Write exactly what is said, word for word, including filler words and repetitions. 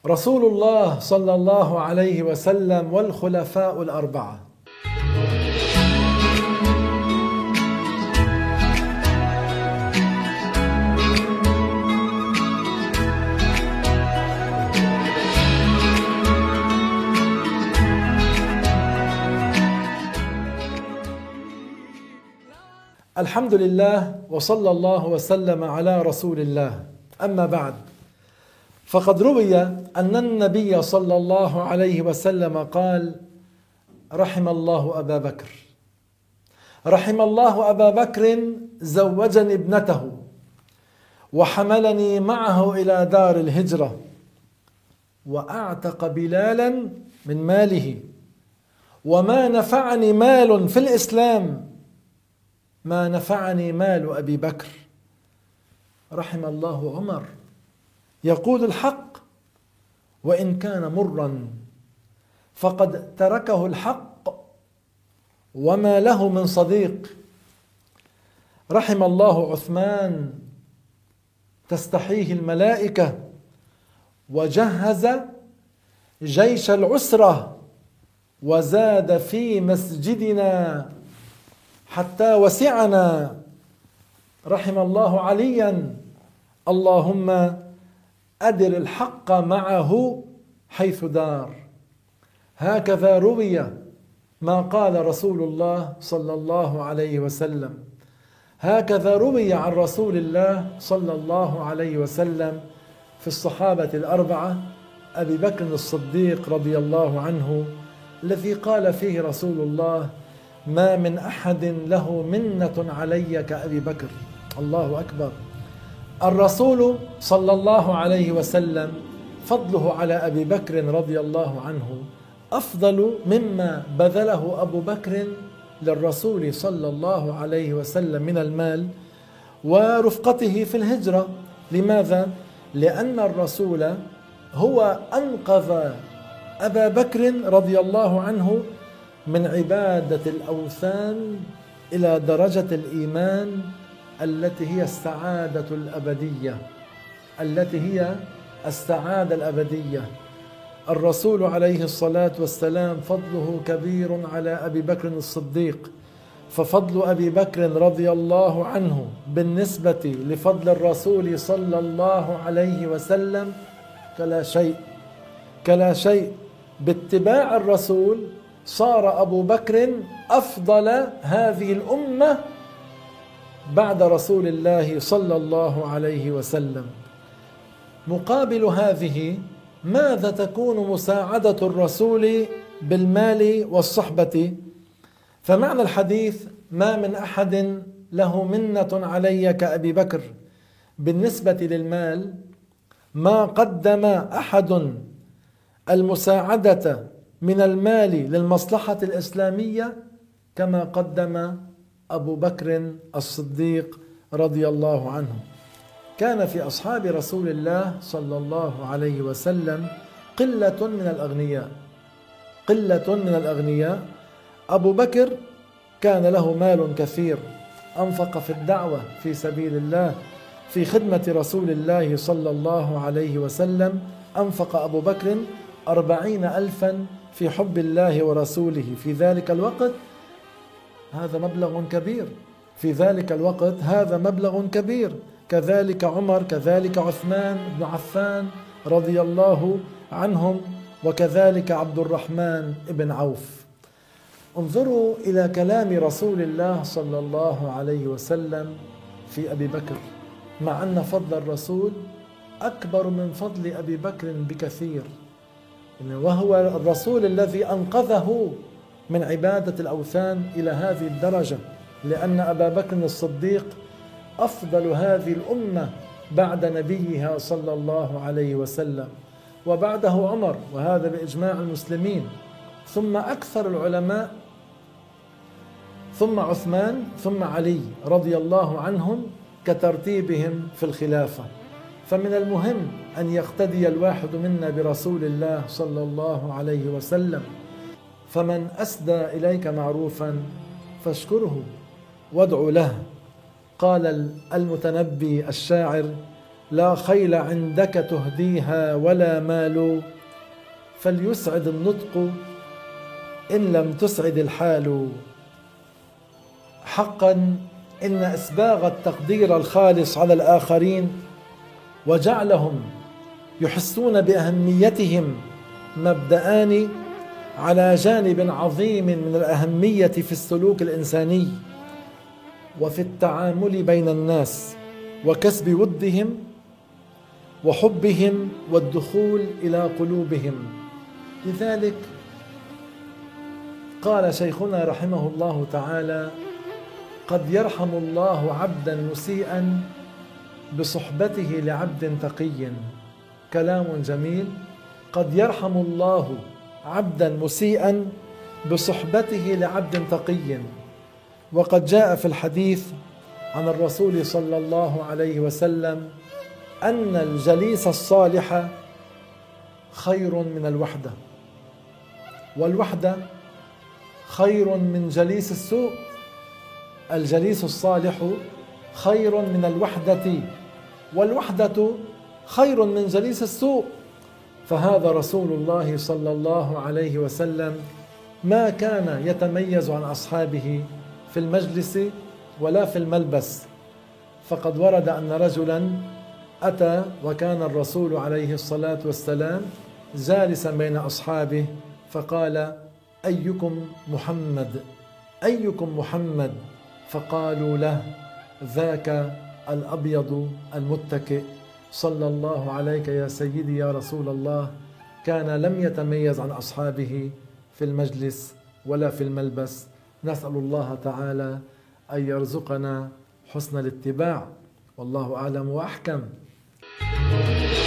رسول الله صلى الله عليه وسلم والخلفاء الأربعة. الحمد لله وصلى الله وسلم على رسول الله. أما بعد، فقد روي أن النبي صلى الله عليه وسلم قال: رحم الله أبا بكر، رحم الله أبا بكر زوجني ابنته وحملني معه إلى دار الهجرة وأعتق بلالا من ماله، وما نفعني مال في الإسلام ما نفعني مال أبي بكر. رحم الله عمر يقول الحق وإن كان مرا، فقد تركه الحق وما له من صديق. رحم الله عثمان تستحيه الملائكة وجهز جيش العسرة وزاد في مسجدنا حتى وسعنا. رحم الله عليا، اللهم أدر الحق معه حيث دار. هكذا روي ما قال رسول الله صلى الله عليه وسلم، هكذا روي عن رسول الله صلى الله عليه وسلم في الصحابة الأربعة: أبي بكر الصديق رضي الله عنه، الذي قال فيه رسول الله: ما من أحد له منة علي كأبي بكر. الله أكبر. الرسول صلى الله عليه وسلم فضله على أبي بكر رضي الله عنه أفضل مما بذله أبو بكر للرسول صلى الله عليه وسلم من المال ورفقته في الهجرة. لماذا؟ لأن الرسول هو أنقذ أبا بكر رضي الله عنه من عبادة الأوثان إلى درجة الإيمان التي هي السعادة الأبدية، التي هي السعادة الأبدية. الرسول عليه الصلاة والسلام فضله كبير على أبي بكر الصديق، ففضل أبي بكر رضي الله عنه بالنسبة لفضل الرسول صلى الله عليه وسلم كلا شيء، كلا شيء. باتباع الرسول صار أبو بكر أفضل هذه الأمة بعد رسول الله صلى الله عليه وسلم. مقابل هذه، ماذا تكون مساعدة الرسول بالمال والصحبة؟ فمعنى الحديث: ما من أحد له منة علي كأبي بكر. بالنسبة للمال، ما قدم أحد المساعدة من المال للمصلحة الإسلامية كما قدم أبو بكر الصديق رضي الله عنه. كان في أصحاب رسول الله صلى الله عليه وسلم قلة من الأغنياء، قلة من الأغنياء. أبو بكر كان له مال كثير، أنفق في الدعوة في سبيل الله، في خدمة رسول الله صلى الله عليه وسلم. أنفق أبو بكر أربعين ألفا في حب الله ورسوله في ذلك الوقت. هذا مبلغ كبير في ذلك الوقت، هذا مبلغ كبير. كذلك عمر، كذلك عثمان بن عفان رضي الله عنهم، وكذلك عبد الرحمن بن عوف. انظروا إلى كلام رسول الله صلى الله عليه وسلم في أبي بكر، مع أن فضل الرسول أكبر من فضل أبي بكر بكثير، وهو الرسول الذي أنقذه من عبادة الأوثان إلى هذه الدرجة، لأن أبا بكر الصديق أفضل هذه الأمة بعد نبيها صلى الله عليه وسلم، وبعده عمر، وهذا بإجماع المسلمين، ثم أكثر العلماء، ثم عثمان، ثم علي رضي الله عنهم كترتيبهم في الخلافة. فمن المهم أن يقتدي الواحد منا برسول الله صلى الله عليه وسلم. فمن أسدى إليك معروفا فاشكره وادعو له. قال المتنبي الشاعر: لا خيل عندك تهديها ولا مال، فليسعد النطق إن لم تسعد الحال. حقا إن إسباغ التقدير الخالص على الآخرين وجعلهم يحسون بأهميتهم مبدأان على جانب عظيم من الأهمية في السلوك الإنساني وفي التعامل بين الناس وكسب ودهم وحبهم والدخول إلى قلوبهم. لذلك قال شيخنا رحمه الله تعالى: قد يرحم الله عبدا مسيئا بصحبته لعبد تقي. كلام جميل. قد يرحم الله عبدا مسيئا بصحبته لعبد تقي. وقد جاء في الحديث عن الرسول صلى الله عليه وسلم أن الجليس الصالح خير من الوحدة، والوحدة خير من جليس السوء. الجليس الصالح خير من الوحدة، والوحدة خير من جليس السوء. فهذا رسول الله صلى الله عليه وسلم ما كان يتميز عن أصحابه في المجلس ولا في الملبس. فقد ورد أن رجلا أتى وكان الرسول عليه الصلاة والسلام جالسا بين أصحابه، فقال: أيكم محمد؟ أيكم محمد؟ فقالوا له: ذاك الأبيض المتكئ. صلى الله عليك يا سيدي يا رسول الله. كان لم يتميز عن أصحابه في المجلس ولا في الملبس. نسأل الله تعالى أن يرزقنا حسن الاتباع، والله أعلم وأحكم.